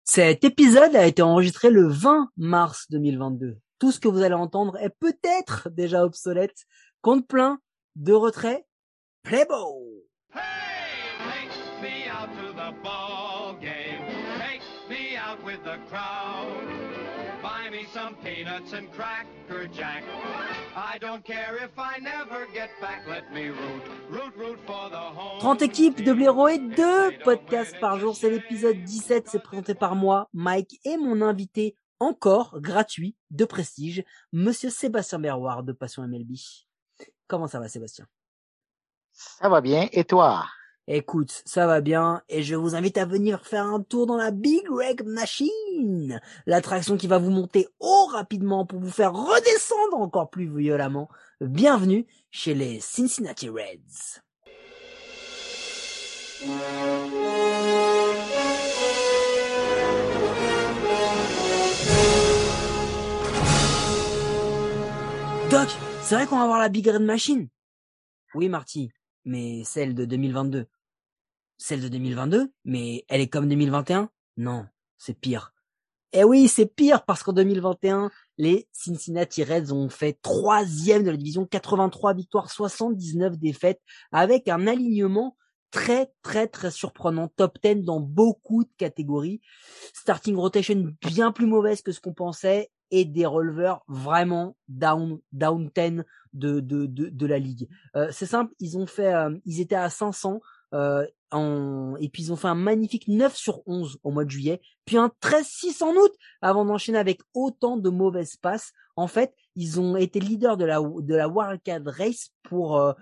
Cet épisode a été enregistré le 20 mars 2022. Tout ce que vous allez entendre est peut-être déjà obsolète. Compte plein, de retrait, play ball. Hey, take me out to the ball game. Take me out with the crowd. Buy me some peanuts and cracker jack. I don't care if I never get back. Let me root for the home. 30 équipes de blaireaux et 2 podcasts par jour. C'est l'épisode 17. C'est présenté par moi, Mike, et mon invité encore gratuit de prestige, monsieur Sébastien Berroir de Passion MLB. Comment ça va, Sébastien? Ça va bien, et toi? Écoute, ça va bien, et je vous invite à venir faire un tour dans la Big Red Machine, l'attraction qui va vous monter haut rapidement pour vous faire redescendre encore plus violemment. Bienvenue chez les Cincinnati Reds. Doc, c'est vrai qu'on va voir la Big Red Machine? Oui, Marty, mais celle de 2022. Celle de 2022? Mais elle est comme 2021? Non, c'est pire. Eh oui, c'est pire parce qu'en 2021, les Cincinnati Reds ont fait 3e de la division, 83 victoires, 79 défaites, avec un alignement très surprenant, top 10 dans beaucoup de catégories, starting rotation bien plus mauvaise que ce qu'on pensait, et des releveurs vraiment down 10 de la ligue. C'est simple, ils étaient à 500, et puis ils ont fait un magnifique 9 sur 11 au mois de juillet, puis un 13-6 en août, avant d'enchaîner avec autant de mauvaises passes. En fait, ils ont été leaders de la Wildcard Race pour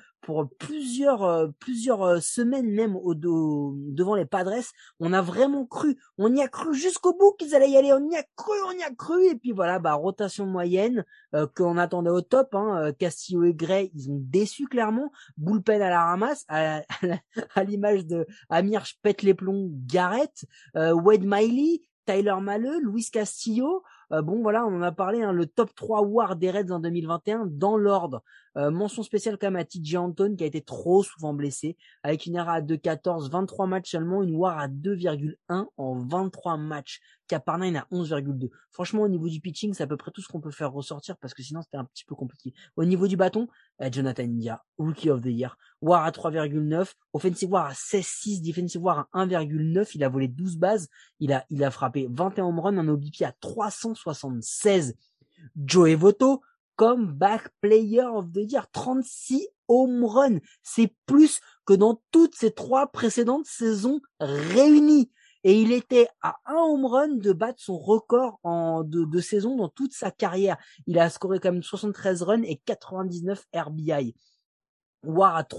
plusieurs semaines même devant les Padres. On a vraiment cru, on y a cru jusqu'au bout qu'ils allaient y aller, on y a cru, et puis voilà, rotation moyenne qu'on attendait au top, Castillo et Gray, ils ont déçu clairement, bullpen à la ramasse, à l'image de Amir pète les plombs, Garrett, Wade Miley, Tyler Mahle, Luis Castillo. Bon voilà, on en a parlé, le top 3 WAR des Reds en 2021 dans l'ordre. Mention spéciale quand même à TJ Anton qui a été trop souvent blessé, avec une ERA à 2,14, 23 matchs seulement, une WAR à 2,1 en 23 matchs. Caparnine à 11,2. Franchement, au niveau du pitching, c'est à peu près tout ce qu'on peut faire ressortir parce que sinon c'était un petit peu compliqué. Au niveau du bâton, Jonathan India, Rookie of the Year, WAR à 3,9, Offensive WAR à 16,6, Defensive WAR à 1,9, il a volé 12 bases, il a frappé 21 home runs, un OBP à 376. Joey Votto, Comeback Player of the Year, 36 home runs, c'est plus que dans toutes ces 3 précédentes saisons réunies. Et il était à un home run de battre son record de saison dans toute sa carrière. Il a scoré quand même 73 runs et 99 RBI. WAR à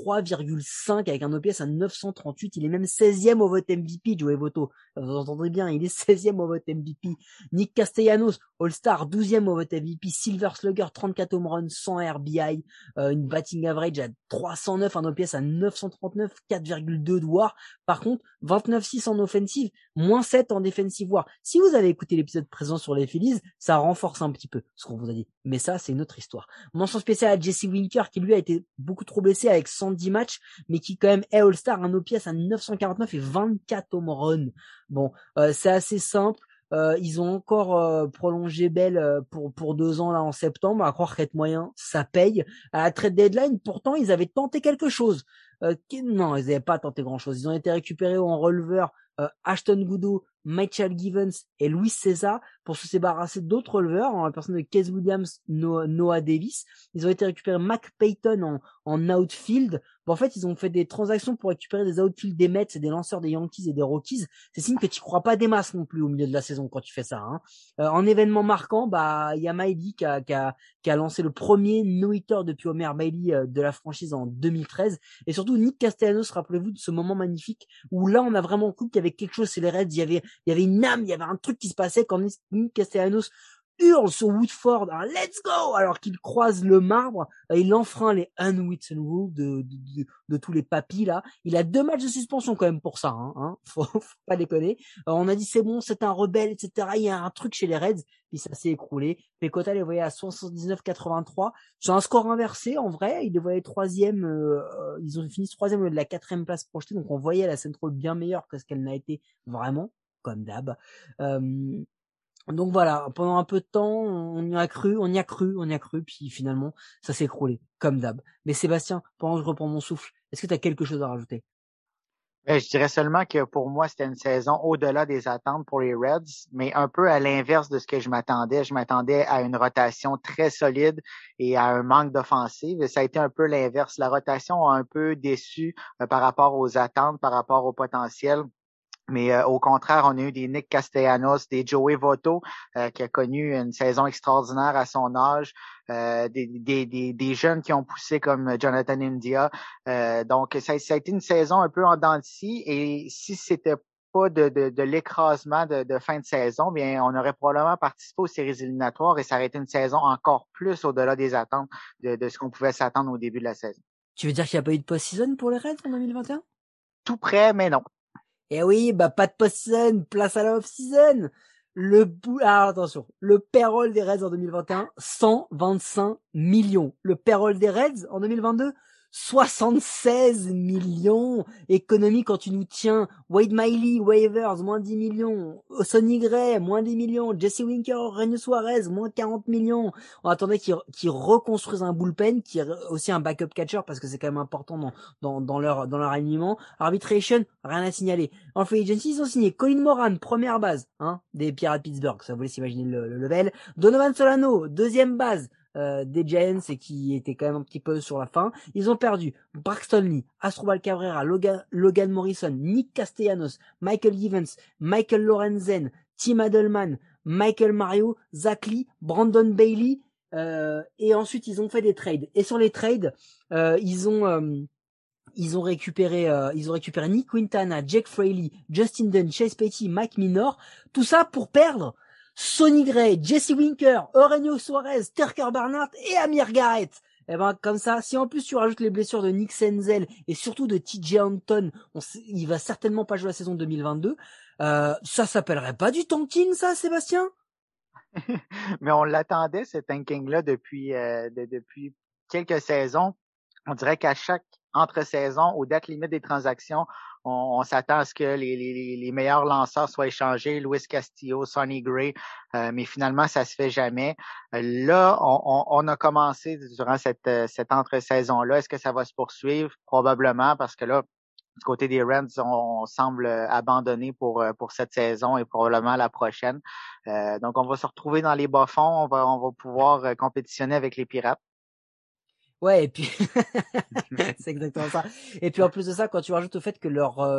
3,5 avec un OPS à 938. Il est même 16e au vote MVP, Joey Votto. Vous entendrez bien, il est 16e au vote MVP. Nick Castellanos, All-Star, 12e au vote MVP. Silver Slugger, 34 home runs, 100 RBI. Une batting average à 309, un OPS à 939, 4,2 de WAR. Par contre, 29,6 en offensive, moins 7 en defensive WAR. Si vous avez écouté l'épisode présent sur les Phillies, ça renforce un petit peu ce qu'on vous a dit. Mais ça, c'est une autre histoire. Mention spéciale à Jesse Winker qui lui a été beaucoup trop blessé avec 110 matchs, mais qui quand même est All-Star, un OPS à 949 et 24 home runs. Bon, c'est assez simple. Ils ont encore prolongé Bell pour 2 ans là en septembre. À croire qu'être moyen, ça paye. À la trade deadline, pourtant, ils avaient tenté quelque chose. Non, ils n'avaient pas tenté grand-chose. Ils ont été récupérés en releveur Ashton Goudeau, Mitchell Givens et Luis César pour se débarrasser d'autres releveurs, en la personne de Case Williams, Noah Davis. Ils ont été récupérés Mac Payton en outfield. Bon, en fait, ils ont fait des transactions pour récupérer des outfield des Mets et des lanceurs des Yankees et des Rockies. C'est signe que tu crois pas des masses non plus au milieu de la saison quand tu fais ça. En événement marquant, il y a Miley qui a lancé le premier no-hitter depuis Homer Bailey de la franchise en 2013. Et surtout, Nick Castellanos, rappelez-vous de ce moment magnifique où là, on a vraiment cru qu'il y avait quelque chose chez les Reds. Il y avait une âme, il y avait un truc qui se passait quand Nick Castellanos hurle sur Woodford, let's go, alors qu'il croise le marbre, il enfreint les unwritten rules de tous les papis là. Il a 2 matchs de suspension quand même pour ça, faut pas déconner. On a dit c'est bon, c'est un rebelle, etc. Il y a un truc chez les Reds, puis ça s'est écroulé. Pecota les voyait à 79-83. C'est un score inversé en vrai. Il les voyait 3e, ils ont fini 3e de la 4e place projetée, donc on voyait la Central bien meilleure que ce qu'elle n'a été vraiment. comme d'hab. Donc voilà, pendant un peu de temps, on y a cru, puis finalement, ça s'est écroulé, comme d'hab. Mais Sébastien, pendant que je reprends mon souffle, est-ce que tu as quelque chose à rajouter? Je dirais seulement que pour moi, c'était une saison au-delà des attentes pour les Reds, mais un peu à l'inverse de ce que je m'attendais. Je m'attendais à une rotation très solide et à un manque d'offensive. Et ça a été un peu l'inverse. La rotation a un peu déçu par rapport aux attentes, par rapport au potentiel. Mais au contraire, on a eu des Nick Castellanos, des Joey Votto, qui a connu une saison extraordinaire à son âge, des jeunes qui ont poussé comme Jonathan India. Donc, ça a été une saison un peu en dents de scie. Et si c'était pas de l'écrasement de fin de saison, bien, on aurait probablement participé aux séries éliminatoires et ça aurait été une saison encore plus au-delà des attentes de ce qu'on pouvait s'attendre au début de la saison. Tu veux dire qu'il n'y a pas eu de post-season pour les Reds en 2021? Tout près, mais non. Eh oui, bah pas de post-season, place à la off-season. Alors attention, le payroll des Reds en 2021, 125 millions. Le payroll des Reds en 2022, 76 millions. Économie quand tu nous tiens. Wade Miley, waivers, moins 10 millions. Sonny Gray, moins 10 millions. Jesse Winker, Reino Suarez, moins 40 millions. On attendait qu'ils reconstruisent un bullpen, qui est aussi un backup catcher parce que c'est quand même important dans leur alignement. Arbitration, rien à signaler. En free agency, ils ont signé Colin Moran, première base, des Pirates de Pittsburgh, ça vous laisse imaginer le level. Donovan Solano, deuxième base des Giants et qui était quand même un petit peu sur la fin. Ils ont perdu Braxton Lee, Asdrubal Cabrera, Logan Morrison, Nick Castellanos, Michael Givens, Michael Lorenzen, Tim Adelman, Michael Mario, Zach Lee, Brandon Bailey, et ensuite ils ont fait des trades. Et sur les trades, ils ont récupéré Nick Quintana, Jake Fraley, Justin Dunn, Chase Petty, Mike Minor, tout ça pour perdre Sonny Gray, Jesse Winker, Eugenio Suarez, Tucker Barnhart et Amir Garrett. Et ben comme ça, si en plus tu rajoutes les blessures de Nick Senzel et surtout de TJ Hampton, il va certainement pas jouer la saison 2022. Ça s'appellerait pas du tanking, ça, Sébastien? Mais on l'attendait, ce tanking-là, depuis quelques saisons. On dirait qu'à chaque entre-saison, aux dates limites des transactions, on s'attend à ce que les meilleurs lanceurs soient échangés, Luis Castillo, Sonny Gray, mais finalement, ça se fait jamais. Là, on a commencé durant cette entre-saison-là. Est-ce que ça va se poursuivre? Probablement, parce que là, du côté des Reds, on semble abandonné pour cette saison et probablement la prochaine. Donc, on va se retrouver dans les bas-fonds. On va pouvoir compétitionner avec les Pirates. Ouais, et puis c'est exactement ça. Et puis en plus de ça, quand tu rajoutes au fait que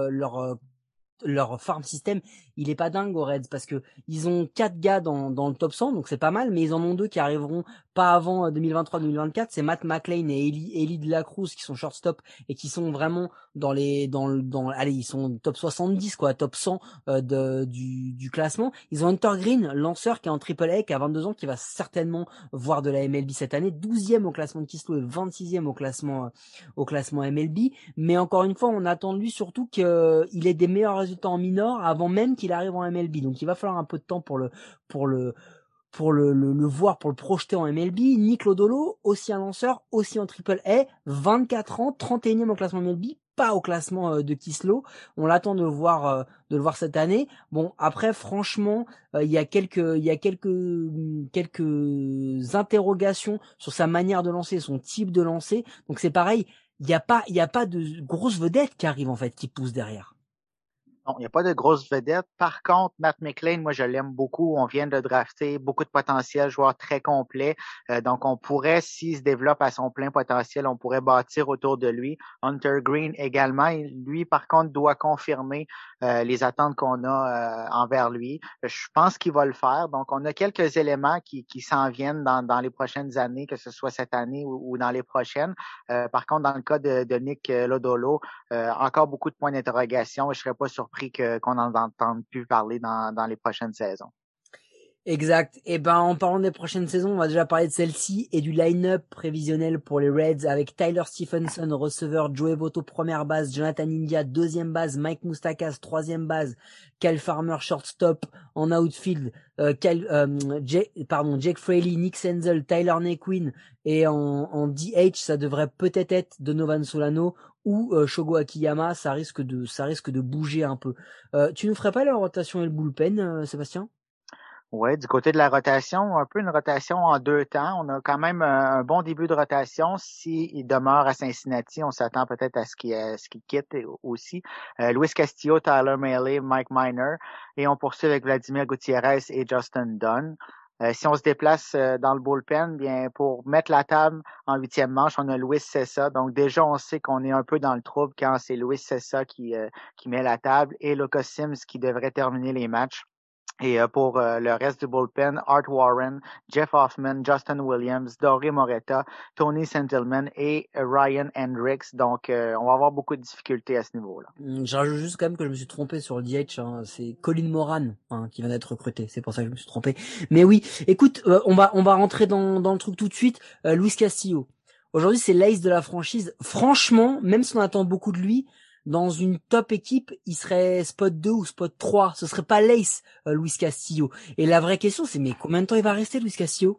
leur farm system, il est pas dingue aux Reds parce que ils ont 4 gars dans le top 100, donc c'est pas mal, mais ils en ont 2 qui arriveront pas avant 2023-2024, c'est Matt McLain et Eli de la Cruz qui sont shortstop et qui sont vraiment allez, ils sont top 70 quoi, top 100 du classement. Ils ont Hunter Green, lanceur qui est en triple A, qui a 22 ans, qui va certainement voir de la MLB cette année, 12e au classement de Kislo et 26e au classement MLB. Mais encore une fois, on attend de lui surtout qu'il ait des meilleurs résultats en minor avant même qu'il arrive en MLB. Donc il va falloir un peu de temps pour le voir, pour le projeter en MLB. Nick Lodolo, aussi un lanceur, aussi en triple A, 24 ans, 31e au classement MLB, pas au classement de Kislo. On l'attend de le voir cette année. Bon, après, franchement, il y a quelques interrogations sur sa manière de lancer, son type de lancer. Donc c'est pareil, il y a pas de grosses vedettes qui arrivent en fait, qui poussent derrière. Non, il n'y a pas de grosse vedette. Par contre, Matt McLain, moi, je l'aime beaucoup. On vient de le drafter, beaucoup de potentiel, joueur très complet. Donc, on pourrait, s'il se développe à son plein potentiel, on pourrait bâtir autour de lui. Hunter Green également. Lui, par contre, doit confirmer les attentes qu'on a envers lui. Je pense qu'il va le faire. Donc, on a quelques éléments qui s'en viennent dans les prochaines années, que ce soit cette année ou dans les prochaines. Par contre, dans le cas de Nick Lodolo, encore beaucoup de points d'interrogation. Je ne serais pas surpris qu'on n'en entende plus parler dans les prochaines saisons. Exact. Et ben, en parlant des prochaines saisons, on va déjà parler de celle-ci et du line-up prévisionnel pour les Reds avec Tyler Stephenson, receveur, Joey Votto, première base, Jonathan India, deuxième base, Mike Moustakas, troisième base, Kyle Farmer, shortstop, en outfield, Jake Fraley, Nick Senzel, Tyler Naquin, et en DH, ça devrait peut-être être Donovan Solano ou Shogo Akiyama, ça risque de bouger un peu. Tu nous ferais pas la rotation et le bullpen, Sébastien? Ouais, du côté de la rotation, un peu une rotation en deux temps. On a quand même un bon début de rotation. S'il demeure à Cincinnati, on s'attend peut-être à ce qu'il quitte aussi. Luis Castillo, Tyler Mahle, Mike Minor. Et on poursuit avec Vladimir Gutiérrez et Justin Dunn. Si on se déplace dans le bullpen, bien pour mettre la table en huitième manche, on a Luis Cessa. Donc déjà, on sait qu'on est un peu dans le trouble quand c'est Luis Cessa qui met la table et Lucas Sims qui devrait terminer les matchs. Et pour le reste du bullpen, Art Warren, Jeff Hoffman, Justin Williams, Doré Moretta, Tony Santilman et Ryan Hendricks. Donc, on va avoir beaucoup de difficultés à ce niveau-là. Je rajoute juste quand même que je me suis trompé sur le DH, hein. C'est Colin Moran, hein, qui vient d'être recruté. C'est pour ça que je me suis trompé. Mais oui, écoute, on va rentrer dans le truc tout de suite. Luis Castillo. Aujourd'hui, c'est l'ace de la franchise. Franchement, même si on attend beaucoup de lui, dans une top équipe, il serait spot 2 ou spot 3. Ce serait pas l'ace, Luis Castillo. Et la vraie question, c'est mais combien de temps il va rester, Luis Castillo?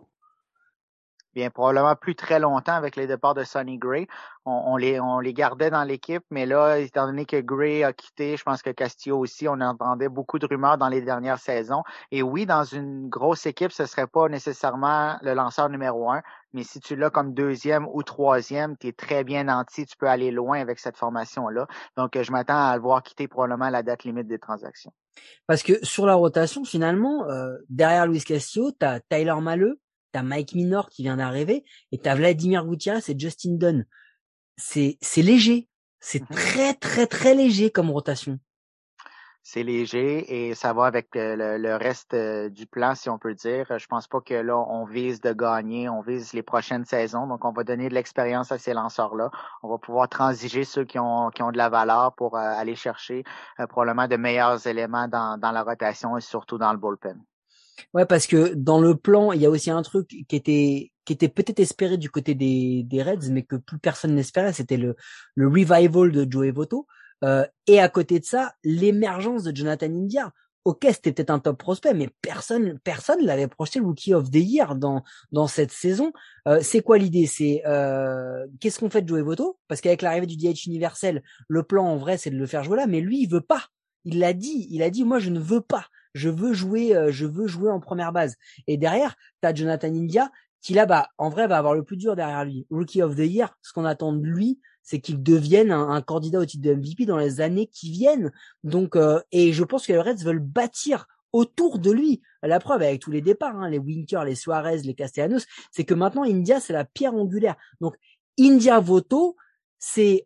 Bien, probablement plus très longtemps avec les départs de Sonny Gray. On les gardait dans l'équipe, mais là, étant donné que Gray a quitté, je pense que Castillo aussi, on entendait beaucoup de rumeurs dans les dernières saisons. Et oui, dans une grosse équipe, ce serait pas nécessairement le lanceur numéro un, mais si tu l'as comme deuxième ou troisième, tu es très bien nanti, tu peux aller loin avec cette formation-là. Donc, je m'attends à le voir quitter probablement à la date limite des transactions. Parce que sur la rotation, finalement, derrière Luis Castillo, t'as Tyler Mahle, t'as Mike Minor qui vient d'arriver, et t'as Vladimir Gutiérrez et Justin Dunn. C'est léger. C'est très, très, très léger comme rotation. C'est léger et ça va avec le reste du plan, si on peut dire. Je pense pas que là, on vise de gagner, on vise les prochaines saisons. Donc, on va donner de l'expérience à ces lanceurs-là. On va pouvoir transiger ceux qui ont de la valeur pour aller chercher probablement de meilleurs éléments dans la rotation et surtout dans le bullpen. Ouais, parce que dans le plan, il y a aussi un truc qui était peut-être espéré du côté des Reds, mais que plus personne n'espérait, c'était le revival de Joey Votto. Et à côté de ça, l'émergence de Jonathan India. Ok, c'était peut-être un top prospect, mais personne l'avait projeté Rookie of the Year dans cette saison. C'est quoi l'idée? C'est qu'est-ce qu'on fait de Joey Votto? Parce qu'avec l'arrivée du DH universel, le plan en vrai, c'est de le faire jouer là, mais lui, il veut pas. Il a dit, moi, je ne veux pas. Je veux jouer en première base. Et derrière, t'as Jonathan India qui là, bah, en vrai, va avoir le plus dur derrière lui. Rookie of the Year, ce qu'on attend de lui, c'est qu'il devienne un candidat au titre de MVP dans les années qui viennent. Donc, et je pense que les Reds veulent bâtir autour de lui. La preuve avec tous les départs, hein, les Winker, les Suarez, les Castellanos, c'est que maintenant India, c'est la pierre angulaire. Donc, India Voto, c'est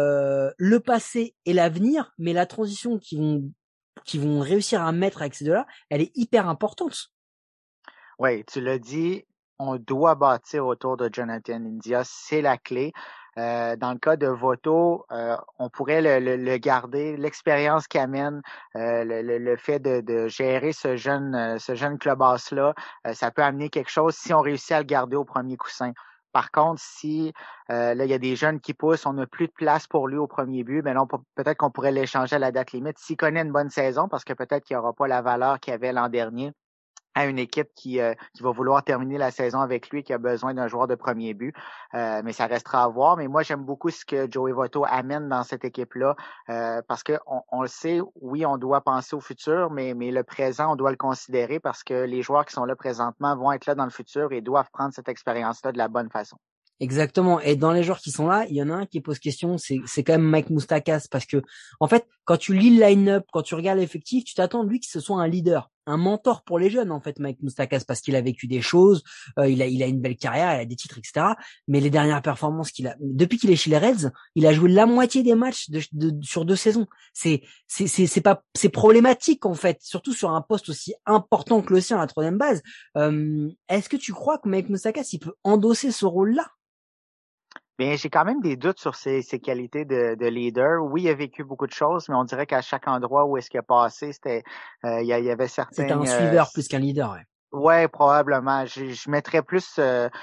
le passé et l'avenir, mais la transition qui vont réussir à mettre avec ces deux-là, elle est hyper importante. Oui, tu l'as dit, on doit bâtir autour de Jonathan India, c'est la clé. Dans le cas de Voto, on pourrait le garder, l'expérience qu'amène, le fait de gérer ce jeune clubhouse-là, ça peut amener quelque chose si on réussit à le garder au premier coussin. Par contre, si là, il y a des jeunes qui poussent, on n'a plus de place pour lui au premier but, mais là, peut-être qu'on pourrait l'échanger à la date limite. S'il connaît une bonne saison, parce que peut-être qu'il n'aura pas la valeur qu'il avait l'an dernier, à une équipe qui va vouloir terminer la saison avec lui, qui a besoin d'un joueur de premier but. Mais ça restera à voir. Mais moi, j'aime beaucoup ce que Joey Votto amène dans cette équipe-là parce que on le sait, oui, on doit penser au futur, mais le présent, on doit le considérer parce que les joueurs qui sont là présentement vont être là dans le futur et doivent prendre cette expérience-là de la bonne façon. Exactement. Et dans les joueurs qui sont là, il y en a un qui pose question, c'est quand même Mike Moustakas, parce que en fait, quand tu lis le line-up, quand tu regardes l'effectif, tu t'attends de lui que ce soit un leader, un mentor pour les jeunes en fait, Mike Moustakas, parce qu'il a vécu des choses, il a une belle carrière, il a des titres, etc. Mais les dernières performances depuis qu'il est chez les Reds, il a joué la moitié des matchs sur 2 saisons. C'est problématique en fait, surtout sur un poste aussi important que le sien à la troisième base. Est-ce que tu crois que Mike Moustakas il peut endosser ce rôle-là? Bien, j'ai quand même des doutes sur ses qualités de leader. Oui, il a vécu beaucoup de choses, mais on dirait qu'à chaque endroit où est-ce qu'il a passé, il y avait C'était un certains suiveur plus qu'un leader, ouais. Ouais, probablement. Je mettrais plus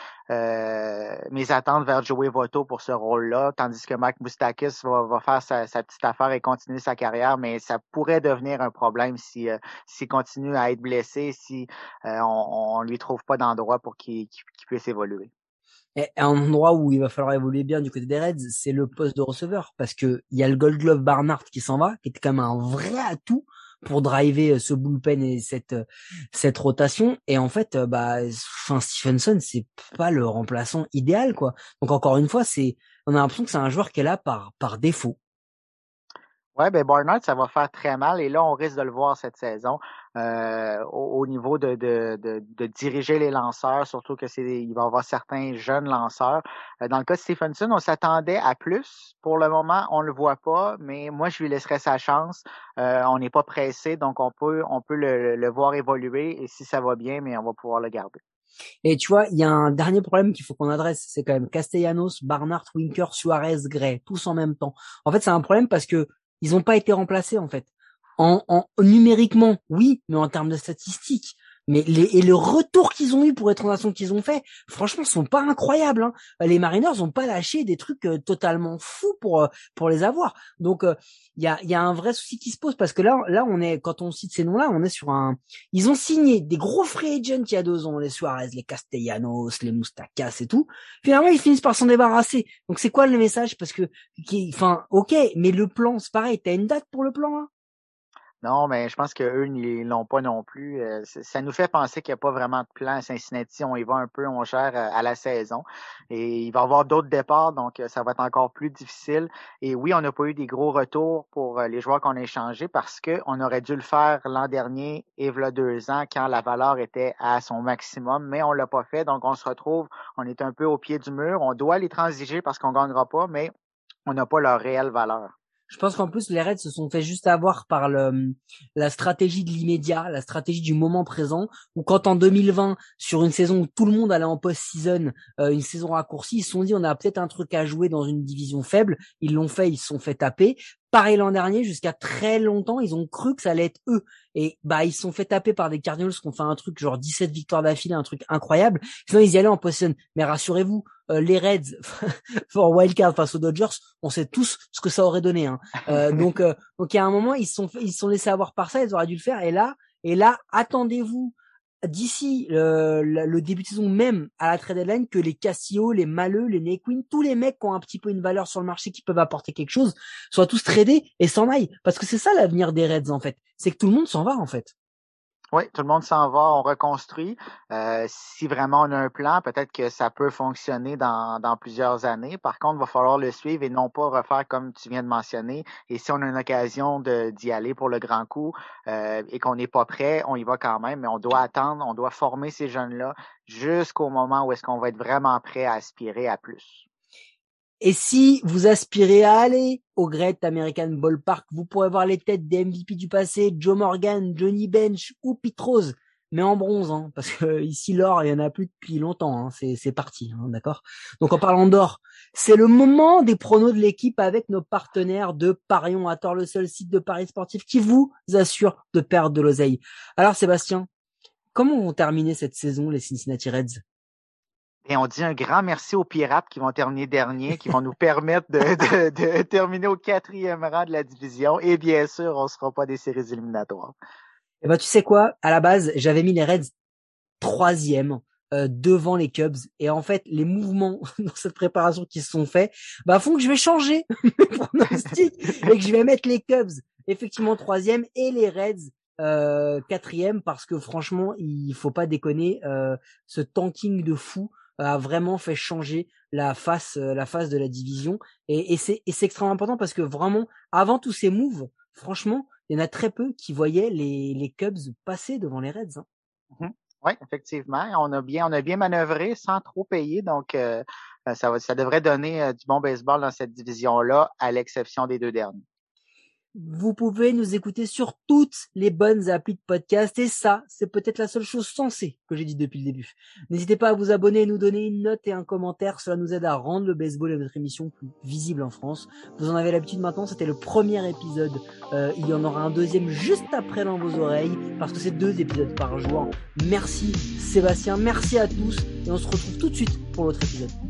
mes attentes vers Joey Votto pour ce rôle-là, tandis que Mike Moustakas va faire sa petite affaire et continuer sa carrière, mais ça pourrait devenir un problème si s'il continue à être blessé, si on lui trouve pas d'endroit pour qu'il puisse évoluer. Et un endroit où il va falloir évoluer bien du côté des Reds, c'est le poste de receveur, parce que il y a le Gold Glove Barnhart qui s'en va, qui était quand même un vrai atout pour driver ce bullpen et cette rotation. Et en fait, enfin Stephenson, c'est pas le remplaçant idéal, quoi. Donc encore une fois, on a l'impression que c'est un joueur qui est là par défaut. Ouais, ben Barnard, ça va faire très mal et là, on risque de le voir cette saison au niveau de diriger les lanceurs, surtout que il va y avoir certains jeunes lanceurs. Dans le cas de Stephenson, on s'attendait à plus. Pour le moment, on le voit pas, mais moi, je lui laisserai sa chance. On n'est pas pressé, donc on peut le voir évoluer et si ça va bien, mais on va pouvoir le garder. Et tu vois, il y a un dernier problème qu'il faut qu'on adresse, c'est quand même Castellanos, Barnard, Winker, Suarez, Gray, tous en même temps. En fait, c'est un problème parce que ils n'ont pas été remplacés en fait. Numériquement, oui, mais en termes de statistiques. Et le retour qu'ils ont eu pour les transactions qu'ils ont fait, franchement, sont pas incroyables. Hein. Les Mariners ont pas lâché des trucs totalement fous pour les avoir. Donc il y a un vrai souci qui se pose parce que là on est quand on cite ces noms-là, on est sur un. Ils ont signé des gros free agents il y a 2 ans, les Suarez, les Castellanos, les Moustakas et tout. Finalement, ils finissent par s'en débarrasser. Donc c'est quoi le message? Parce que, enfin, ok, mais le plan, c'est pareil. T'as une date pour le plan là? Non, mais je pense qu'eux, ils l'ont pas non plus. Ça nous fait penser qu'il n'y a pas vraiment de plan à Cincinnati. On y va un peu, on gère à la saison. Et il va y avoir d'autres départs, donc ça va être encore plus difficile. Et oui, on n'a pas eu des gros retours pour les joueurs qu'on a échangés parce qu'on aurait dû le faire l'an dernier et il y a 2 ans quand la valeur était à son maximum, mais on l'a pas fait. Donc on se retrouve, on est un peu au pied du mur. On doit les transiger parce qu'on gagnera pas, mais on n'a pas leur réelle valeur. Je pense qu'en plus, les Reds se sont fait juste avoir par la stratégie de l'immédiat, la stratégie du moment présent, où quand en 2020, sur une saison où tout le monde allait en post-season, une saison raccourcie, ils se sont dit on a peut-être un truc à jouer dans une division faible. Ils l'ont fait, ils se sont fait taper. Pareil l'an dernier, jusqu'à très longtemps, ils ont cru que ça allait être eux. Et ils se sont fait taper par des Cardinals qui ont fait un truc genre 17 victoires d'affilée, un truc incroyable. Sinon, ils y allaient en post-season. Mais rassurez-vous, les Reds, pour wildcard face aux Dodgers, on sait tous ce que ça aurait donné. Hein. Donc il y a un moment, ils se sont laissés avoir par ça, ils auraient dû le faire. Et là, attendez-vous d'ici le début de saison même à la trade deadline que les Castillo, les Maleux, les Naquin, tous les mecs qui ont un petit peu une valeur sur le marché qui peuvent apporter quelque chose, soient tous tradés et s'en aillent. Parce que c'est ça l'avenir des Reds en fait. C'est que tout le monde s'en va en fait. Oui, tout le monde s'en va, on reconstruit. Si vraiment on a un plan, peut-être que ça peut fonctionner dans plusieurs années. Par contre, il va falloir le suivre et non pas refaire comme tu viens de mentionner. Et si on a une occasion d'y aller pour le grand coup et qu'on n'est pas prêt, on y va quand même, mais on doit attendre, on doit former ces jeunes-là jusqu'au moment où est-ce qu'on va être vraiment prêt à aspirer à plus. Et si vous aspirez à aller au Great American Ballpark, vous pourrez voir les têtes des MVP du passé, Joe Morgan, Johnny Bench ou Pete Rose, mais en bronze, hein, parce que ici l'or, il y en a plus depuis longtemps, hein, c'est parti, hein, d'accord. Donc en parlant d'or, c'est le moment des pronos de l'équipe avec nos partenaires de Parions à tort, le seul site de paris sportif qui vous assure de perdre de l'oseille. Alors Sébastien, comment vont terminer cette saison les Cincinnati Reds? Et on dit un grand merci aux Pirates qui vont terminer dernier, qui vont nous permettre de terminer au 4e rang de la division. Et bien sûr, on ne sera pas des séries éliminatoires. Eh ben tu sais quoi, à la base, j'avais mis les Reds troisième devant les Cubs. Et en fait, les mouvements dans cette préparation qui se sont faits font que je vais changer mes pronostics et que je vais mettre les Cubs effectivement troisième et les Reds quatrième parce que franchement, il faut pas déconner. Ce tanking de fou a vraiment fait changer la face de la division et c'est extrêmement important parce que vraiment, avant tous ces moves, franchement, il y en a très peu qui voyaient les Cubs passer devant les Reds. Hein. Mhm. Oui, effectivement. On a bien manœuvré sans trop payer, donc ça devrait donner du bon baseball dans cette division-là, à l'exception des 2 derniers. Vous pouvez nous écouter sur toutes les bonnes applis de podcast et ça, c'est peut-être la seule chose sensée que j'ai dit depuis le début. N'hésitez pas à vous abonner et nous donner une note et un commentaire, cela nous aide à rendre le baseball et notre émission plus visible en France. Vous en avez l'habitude maintenant, c'était le premier épisode. Il y en aura un deuxième juste après dans vos oreilles parce que c'est 2 épisodes par jour. Merci Sébastien, merci à tous et on se retrouve tout de suite pour l'autre épisode.